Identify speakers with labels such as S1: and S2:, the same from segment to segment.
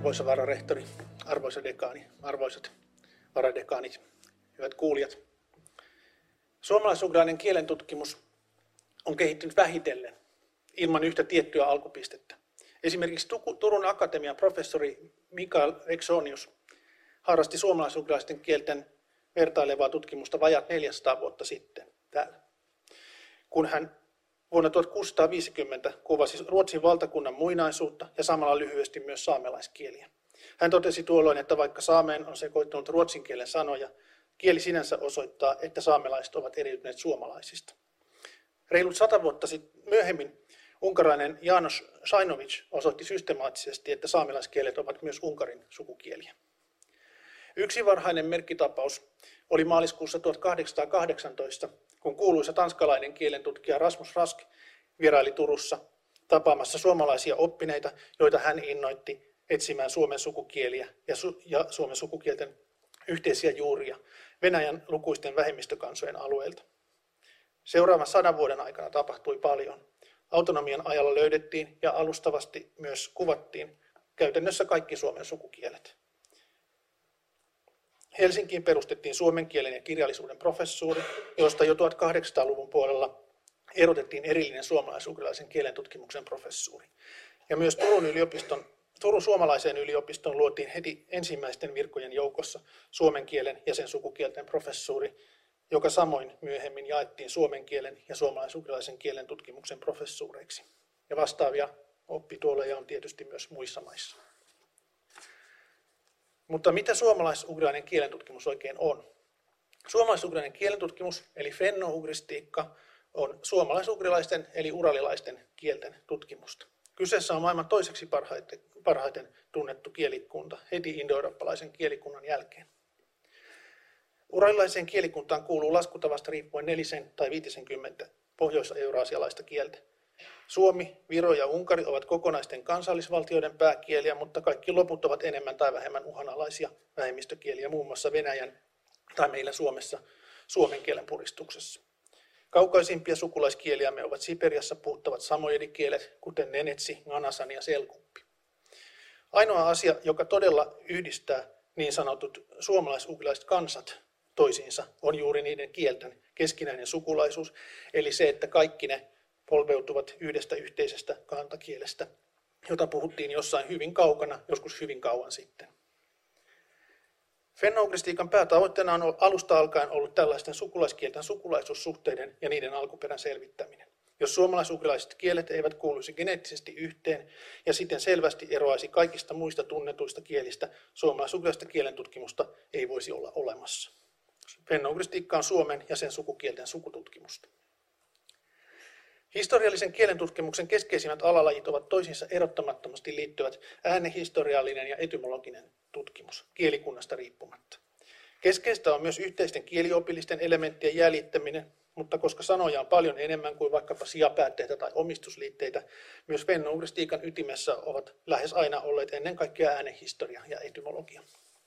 S1: Arvoisa vararehtori, arvoisa dekaani, arvoisat varadekaanit, hyvät kuulijat. Suomalais-ugrilainen kielentutkimus on kehittynyt vähitellen ilman yhtä tiettyä alkupistettä. Esimerkiksi Turun Akatemian professori Mikael Eksonius harrasti suomalais-ugrilaisten kielten vertailevaa tutkimusta vajaat 400 vuotta sitten täällä, kun hän vuonna 1650 kuvasi Ruotsin valtakunnan muinaisuutta ja samalla lyhyesti myös saamelaiskieliä. Hän totesi tuolloin, että vaikka saameen on sekoittunut ruotsin kielen sanoja, kieli sinänsä osoittaa, että saamelaiset ovat eriytyneet suomalaisista. Reilut 100 vuotta myöhemmin unkarainen János Sajnović osoitti systemaattisesti, että saamelaiskielet ovat myös Unkarin sukukieliä. Yksi varhainen merkkitapaus oli maaliskuussa 1818, kun kuuluisa tanskalainen kielentutkija Rasmus Rask vieraili Turussa tapaamassa suomalaisia oppineita, joita hän innoitti etsimään suomen sukukieliä ja suomen sukukielten yhteisiä juuria Venäjän lukuisten vähemmistökansojen alueelta. Seuraavan 100 vuoden aikana tapahtui paljon. Autonomian ajalla löydettiin ja alustavasti myös kuvattiin käytännössä kaikki suomen sukukielet. Helsinkiin perustettiin suomen kielen ja kirjallisuuden professuuri, josta jo 1800-luvun puolella erotettiin erillinen suomalais-ugrilaisen kielentutkimuksen professuuri. Ja myös Turun suomalaiseen yliopistoon luotiin heti ensimmäisten virkojen joukossa suomen kielen ja sen sukukielten professuuri, joka samoin myöhemmin jaettiin suomen kielen ja suomalais-ugrilaisen kielen tutkimuksen professuureiksi. Ja vastaavia oppituoleja on tietysti myös muissa maissa. Mutta mitä suomalais-ugrilainen kielentutkimus oikein on? Suomalais-ugrilainen kielentutkimus, eli fenno-ugristiikka, on suomalais-ugrilaisten eli uralilaisten kielten tutkimusta. Kyseessä on maailman toiseksi parhaiten tunnettu kielikunta heti indoeurooppalaisen kielikunnan jälkeen. Uralilaiseen kielikuntaan kuuluu laskutavasta riippuen 4 tai 50 pohjois-euraasialaista kieltä. Suomi, Viro ja Unkari ovat kokonaisten kansallisvaltioiden pääkieliä, mutta kaikki loput ovat enemmän tai vähemmän uhanalaisia vähemmistökieliä, muun muassa Venäjän tai meillä Suomessa suomen kielen puristuksessa. Kaukaisimpia sukulaiskieliämme ovat Siperiassa puhuttavat samojedikielet, kuten nenetsi, nganasan ja selkuppi. Ainoa asia, joka todella yhdistää niin sanotut suomalais-ugrilaiset kansat toisiinsa, on juuri niiden kielten keskinäinen sukulaisuus, eli se, että kaikki ne polveutuvat yhdestä yhteisestä kantakielestä, jota puhuttiin jossain hyvin kaukana, joskus hyvin kauan sitten. Fenno-ugristiikan päätavoitteena on alusta alkaen ollut tällaisten sukulaiskielten sukulaisuussuhteiden ja niiden alkuperän selvittäminen. Jos suomalais-ugrilaiset kielet eivät kuuluisi geneettisesti yhteen ja siten selvästi eroaisi kaikista muista tunnetuista kielistä, suomalais-ugrilaista kielentutkimusta ei voisi olla olemassa. Fenno-ugristiikka on Suomen ja sen sukukielten sukututkimusta. Historiallisen kielentutkimuksen keskeisimmät alalajit ovat toisiinsa erottamattomasti liittyvät äänehistoriallinen ja etymologinen tutkimus, kielikunnasta riippumatta. Keskeistä on myös yhteisten kieliopillisten elementtien jäljittäminen, mutta koska sanoja on paljon enemmän kuin vaikkapa sijapäätteitä tai omistusliitteitä, myös fenno-ugristiikan ytimessä ovat lähes aina olleet ennen kaikkea äänehistoria ja etymologia.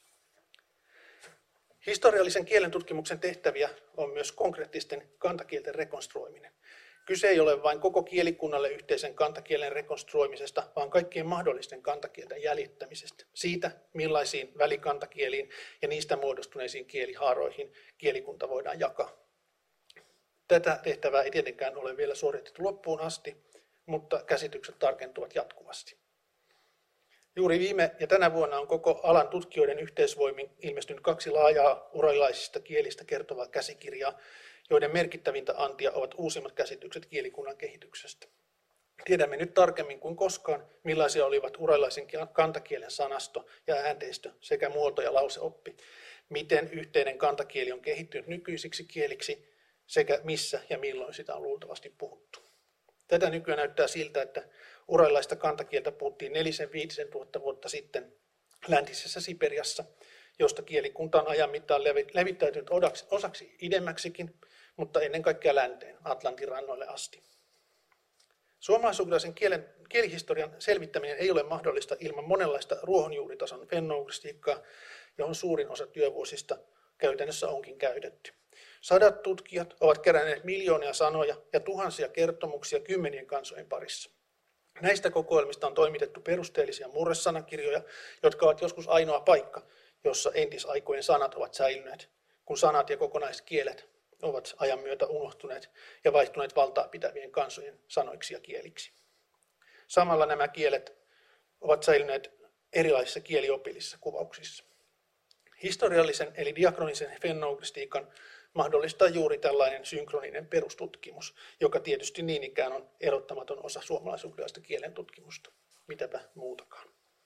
S1: Historiallisen kielentutkimuksen tehtäviä on myös konkreettisten kantakielten rekonstruoiminen. Kyse ei ole vain koko kielikunnalle yhteisen kantakielen rekonstruoimisesta, vaan kaikkien mahdollisten kantakielten jäljittämisestä. Siitä, millaisiin välikantakieliin ja niistä muodostuneisiin kielihaaroihin kielikunta voidaan jakaa. Tätä tehtävää ei tietenkään ole vielä suoritettu loppuun asti, mutta käsitykset tarkentuvat jatkuvasti. Juuri viime ja tänä vuonna on koko alan tutkijoiden yhteisvoimin ilmestynyt 2 laajaa uralilaisista kielistä kertovaa käsikirjaa, joiden merkittävintä antia ovat uusimmat käsitykset kielikunnan kehityksestä. Tiedämme nyt tarkemmin kuin koskaan, millaisia olivat uralilaisen kantakielen sanasto ja äänteistö sekä muoto- ja lauseoppi, miten yhteinen kantakieli on kehittynyt nykyisiksi kieliksi sekä missä ja milloin sitä on luultavasti puhuttu. Tätä nykyään näyttää siltä, että uralilaista kantakieltä puhuttiin 4-5 tuhatta vuotta sitten läntisessä Siperiassa, josta kielikunta on ajan mittaan levittäytynyt osaksi idemmäksikin, mutta ennen kaikkea länteen, Atlantin rannoille asti. Suomalais-ugrilaisen kielihistorian selvittäminen ei ole mahdollista ilman monenlaista ruohonjuuritason fenno-ugristiikkaa, johon suurin osa työvuosista käytännössä onkin käytetty. 100 tutkijat ovat keränneet miljoonia sanoja ja tuhansia kertomuksia kymmenien kansojen parissa. Näistä kokoelmista on toimitettu perusteellisia murresanakirjoja, jotka ovat joskus ainoa paikka, jossa entisaikojen sanat ovat säilyneet, kun sanat ja kokonaiset kielet ovat ajan myötä unohtuneet ja vaihtuneet valtaa pitävien kansojen sanoiksi ja kieliksi. Samalla nämä kielet ovat säilyneet erilaisissa kieliopillisissa kuvauksissa. Historiallisen eli diakronisen fennougristiikan mahdollistaa juuri tällainen synkroninen perustutkimus, joka tietysti niin ikään on erottamaton osa suomalaisugrilaista kielen tutkimusta. Mitäpä muutakaan.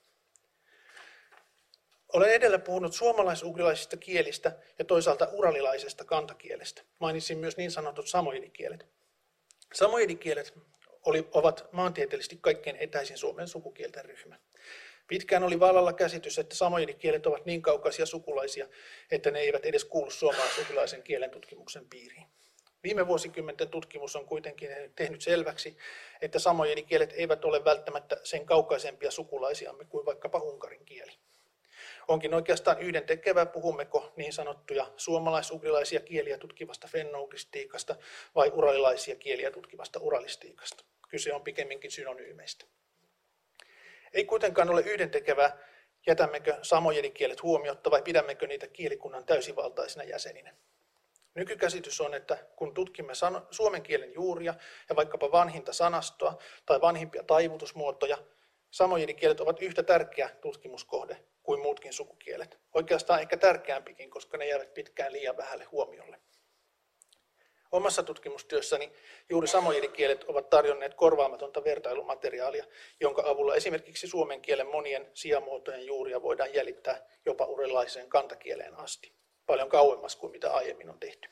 S1: Olen edellä puhunut suomalaisugrilaisista kielistä ja toisaalta uralilaisesta kantakielestä. Mainitsin myös niin sanotut samojedikielet. Samojedikielet ovat maantieteellisesti kaikkein etäisin Suomen sukukielten ryhmä. Pitkään oli vallalla käsitys, että samojedikielet ovat niin kaukaisia sukulaisia, että ne eivät edes kuulu suomalaisugrilaisen kielen tutkimuksen piiriin. Viime vuosikymmenten tutkimus on kuitenkin tehnyt selväksi, että samojedikielet eivät ole välttämättä sen kaukaisempia sukulaisiamme kuin vaikkapa unkarin kieli. Onkin oikeastaan yhdentekevää, puhummeko niin sanottuja suomalaisugrilaisia kieliä tutkivasta fennougristiikasta vai uralilaisia kieliä tutkivasta uralistiikasta. Kyse on pikemminkin synonyymeistä. Ei kuitenkaan ole yhdentekevää, jätämmekö samojedikielet huomiotta vai pidämmekö niitä kielikunnan täysivaltaisina jäseninä. Nykykäsitys on, että kun tutkimme suomen kielen juuria ja vaikkapa vanhinta sanastoa tai vanhimpia taivutusmuotoja, samojedikielet ovat yhtä tärkeä tutkimuskohde kuin muutkin sukukielet. Oikeastaan ehkä tärkeämpikin, koska ne jäävät pitkään liian vähälle huomiolle. Omassa tutkimustyössäni juuri samojedikielet ovat tarjonneet korvaamatonta vertailumateriaalia, jonka avulla esimerkiksi suomen kielen monien sijamuotojen juuria voidaan jäljittää jopa uralilaiseen kantakieleen asti. Paljon kauemmas kuin mitä aiemmin on tehty.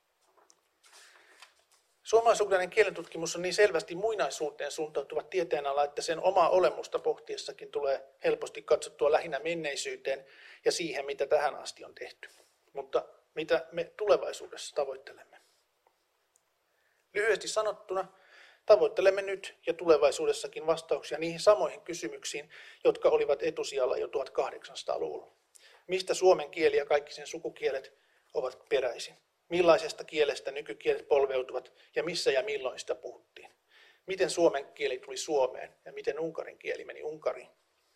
S1: Suomalaisugrilainen kielentutkimus on niin selvästi muinaisuuteen suuntautuva tieteenala, että sen omaa olemusta pohtiessakin tulee helposti katsottua lähinnä menneisyyteen ja siihen, mitä tähän asti on tehty. Mutta mitä me tulevaisuudessa tavoittelemme? Lyhyesti sanottuna, tavoittelemme nyt ja tulevaisuudessakin vastauksia niihin samoihin kysymyksiin, jotka olivat etusijalla jo 1800-luvulla. Mistä suomen kieli ja kaikki sen sukukielet ovat peräisin? Millaisesta kielestä nykykielet polveutuvat ja missä ja milloin sitä puhuttiin? Miten suomen kieli tuli Suomeen ja miten unkarin kieli meni Unkariin?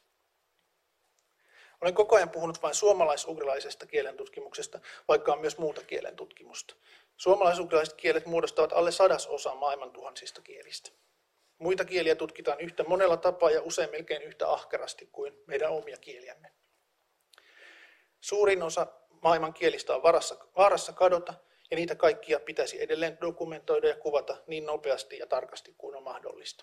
S1: Olen koko ajan puhunut vain suomalaisugrilaisesta kielentutkimuksesta, vaikka on myös muuta kielentutkimusta. Suomalaisugrilaiset kielet muodostavat alle 1/100 maailman tuhansista kielistä. Muita kieliä tutkitaan yhtä monella tapaa ja usein melkein yhtä ahkerasti kuin meidän omia kieliämme. Suurin osa maailman kielistä on vaarassa kadota, ja niitä kaikkia pitäisi edelleen dokumentoida ja kuvata niin nopeasti ja tarkasti kuin on mahdollista.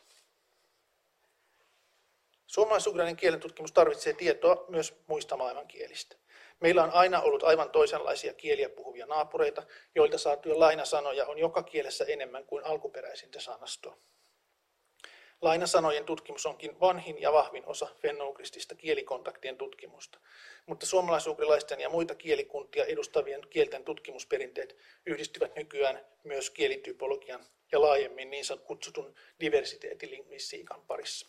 S1: Suomalaisugrilainen kielentutkimus tarvitsee tietoa myös muista maailmankielistä. Meillä on aina ollut aivan toisenlaisia kieliä puhuvia naapureita, joilta saatuja lainasanoja on joka kielessä enemmän kuin alkuperäisintä sanastoa. Lainasanojen tutkimus onkin vanhin ja vahvin osa fennougristista kielikontaktien tutkimusta, mutta suomalaisugrilaisten ja muita kielikuntia edustavien kielten tutkimusperinteet yhdistyvät nykyään myös kielitypologian ja laajemmin niin kutsutun diversiteetilingvistiikan parissa.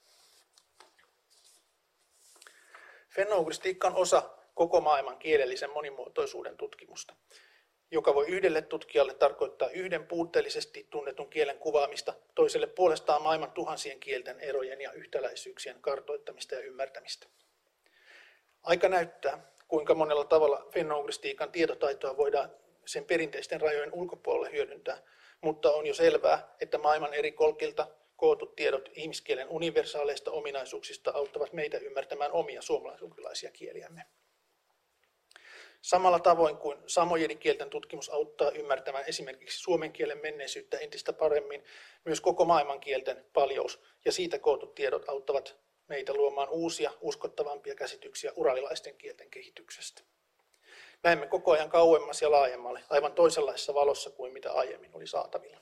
S1: Fennougristiikka on osa koko maailman kielellisen monimuotoisuuden tutkimusta, joka voi yhdelle tutkijalle tarkoittaa yhden puutteellisesti tunnetun kielen kuvaamista, toiselle puolestaan maailman tuhansien kielten erojen ja yhtäläisyyksien kartoittamista ja ymmärtämistä. Aika näyttää, kuinka monella tavalla fennougristiikan tietotaitoa voidaan sen perinteisten rajojen ulkopuolelle hyödyntää, mutta on jo selvää, että maailman eri kolkilta kootut tiedot ihmiskielen universaaleista ominaisuuksista auttavat meitä ymmärtämään omia suomalaisugrilaisia kieliämme. Samalla tavoin kuin samojedkielten tutkimus auttaa ymmärtämään esimerkiksi suomen kielen menneisyyttä entistä paremmin, myös koko maailman kielten paljous ja siitä kootut tiedot auttavat meitä luomaan uusia, uskottavampia käsityksiä uralilaisten kielten kehityksestä. Näemme koko ajan kauemmas ja laajemmalle, aivan toisenlaisessa valossa kuin mitä aiemmin oli saatavilla.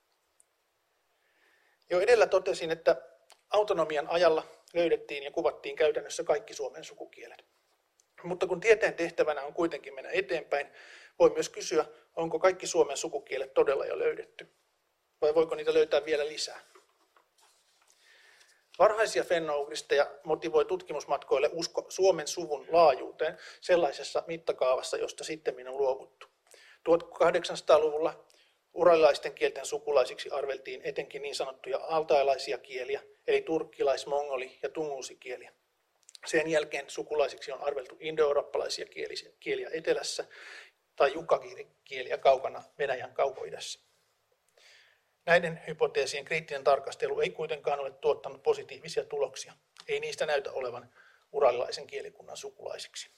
S1: Jo edellä totesin, että autonomian ajalla löydettiin ja kuvattiin käytännössä kaikki Suomen sukukielet. Mutta kun tieteen tehtävänä on kuitenkin mennä eteenpäin, voi myös kysyä, onko kaikki Suomen sukukielet todella jo löydetty, vai voiko niitä löytää vielä lisää. Varhaisia fennougristeja motivoi tutkimusmatkoille usko Suomen suvun laajuuteen sellaisessa mittakaavassa, josta sittemmin on luovuttu. 1800-luvulla Uralilaisten kielten sukulaisiksi arveltiin etenkin niin sanottuja altailaisia kieliä, eli turkkilais-, mongoli- ja tunguusikieliä. Sen jälkeen sukulaisiksi on arveltu indoeurooppalaisia kieliä etelässä tai jukkakieliä kaukana Venäjän kaukoidässä. Näiden hypoteesien kriittinen tarkastelu ei kuitenkaan ole tuottanut positiivisia tuloksia. Ei niistä näytä olevan uralilaisen kielikunnan sukulaisiksi.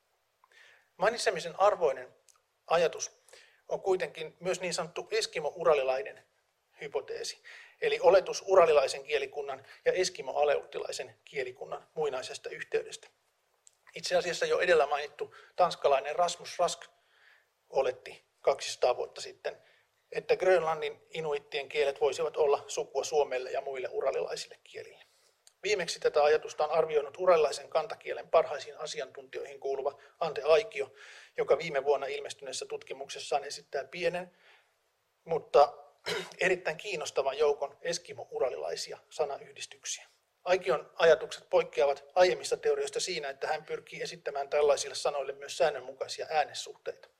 S1: Mainitsemisen arvoinen ajatus on kuitenkin myös niin sanottu eskimo-uralilainen hypoteesi, eli oletus uralilaisen kielikunnan ja eskimo-aleuttilaisen kielikunnan muinaisesta yhteydestä. Itse asiassa jo edellä mainittu tanskalainen Rasmus Rask oletti 200 vuotta sitten, että Grönlannin inuittien kielet voisivat olla sukua suomelle ja muille uralilaisille kielille. Viimeksi tätä ajatusta on arvioinut uralilaisen kantakielen parhaisiin asiantuntijoihin kuuluva Ante Aikio, joka viime vuonna ilmestyneessä tutkimuksessaan esittää pienen, mutta erittäin kiinnostavan joukon eskimo-uralilaisia sanayhdistyksiä. Aikion ajatukset poikkeavat aiemmista teorioista siinä, että hän pyrkii esittämään tällaisille sanoille myös säännönmukaisia äänessuhteita.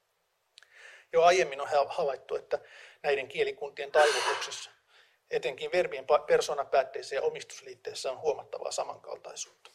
S1: Jo aiemmin on havaittu, että näiden kielikuntien taivutuksessa, etenkin verbien persoonapäätteessä ja omistusliitteessä on huomattavaa samankaltaisuutta.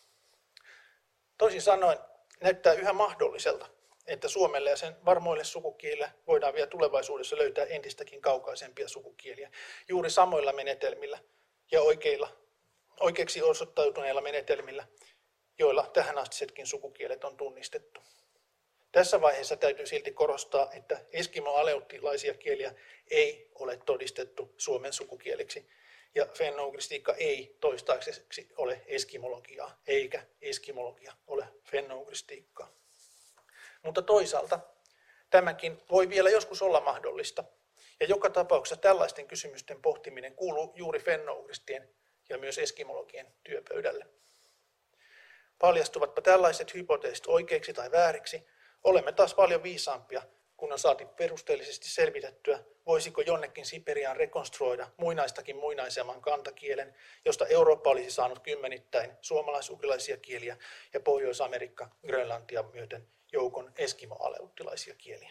S1: Toisin sanoen näyttää yhä mahdolliselta, että Suomelle ja sen varmoille sukukielille voidaan vielä tulevaisuudessa löytää entistäkin kaukaisempia sukukieliä juuri samoilla menetelmillä ja oikeiksi osoittautuneilla menetelmillä, joilla tähänastisetkin sukukielet on tunnistettu. Tässä vaiheessa täytyy silti korostaa, että eskimo-aleuttilaisia kieliä ei ole todistettu Suomen sukukieleksi, ja fennougristiikka ei toistaiseksi ole eskimologiaa, eikä eskimologia ole fennougristiikkaa. Mutta toisaalta tämäkin voi vielä joskus olla mahdollista, ja joka tapauksessa tällaisten kysymysten pohtiminen kuuluu juuri fennougristien ja myös eskimologien työpöydälle. Paljastuvatpa tällaiset hypoteesit oikeiksi tai vääriksi, olemme taas paljon viisaampia, kun on saatu perusteellisesti selvitettyä, voisiko jonnekin Siperiaan rekonstruoida muinaistakin muinaisemman kantakielen, josta Eurooppa olisi saanut kymmenittäin suomalaisukrilaisia kieliä ja Pohjois-Amerikka Grönlantia myöten joukon eskimo-aleuttilaisia kieliä.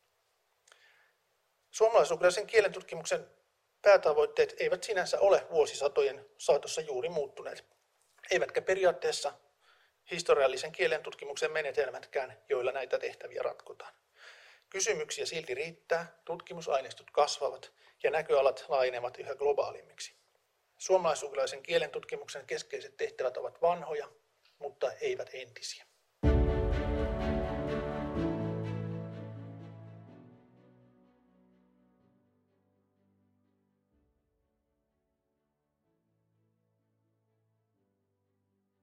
S1: Suomalaisukrilaisen kielen tutkimuksen päätavoitteet eivät sinänsä ole vuosisatojen saatossa juuri muuttuneet, eivätkä periaatteessa historiallisen kielen tutkimuksen menetelmätkään, joilla näitä tehtäviä ratkotaan. Kysymyksiä silti riittää, tutkimusaineistot kasvavat ja näköalat laajenevat yhä globaalimmiksi. Suomalaisukrilaisen kielen tutkimuksen keskeiset tehtävät ovat vanhoja, mutta eivät entisiä.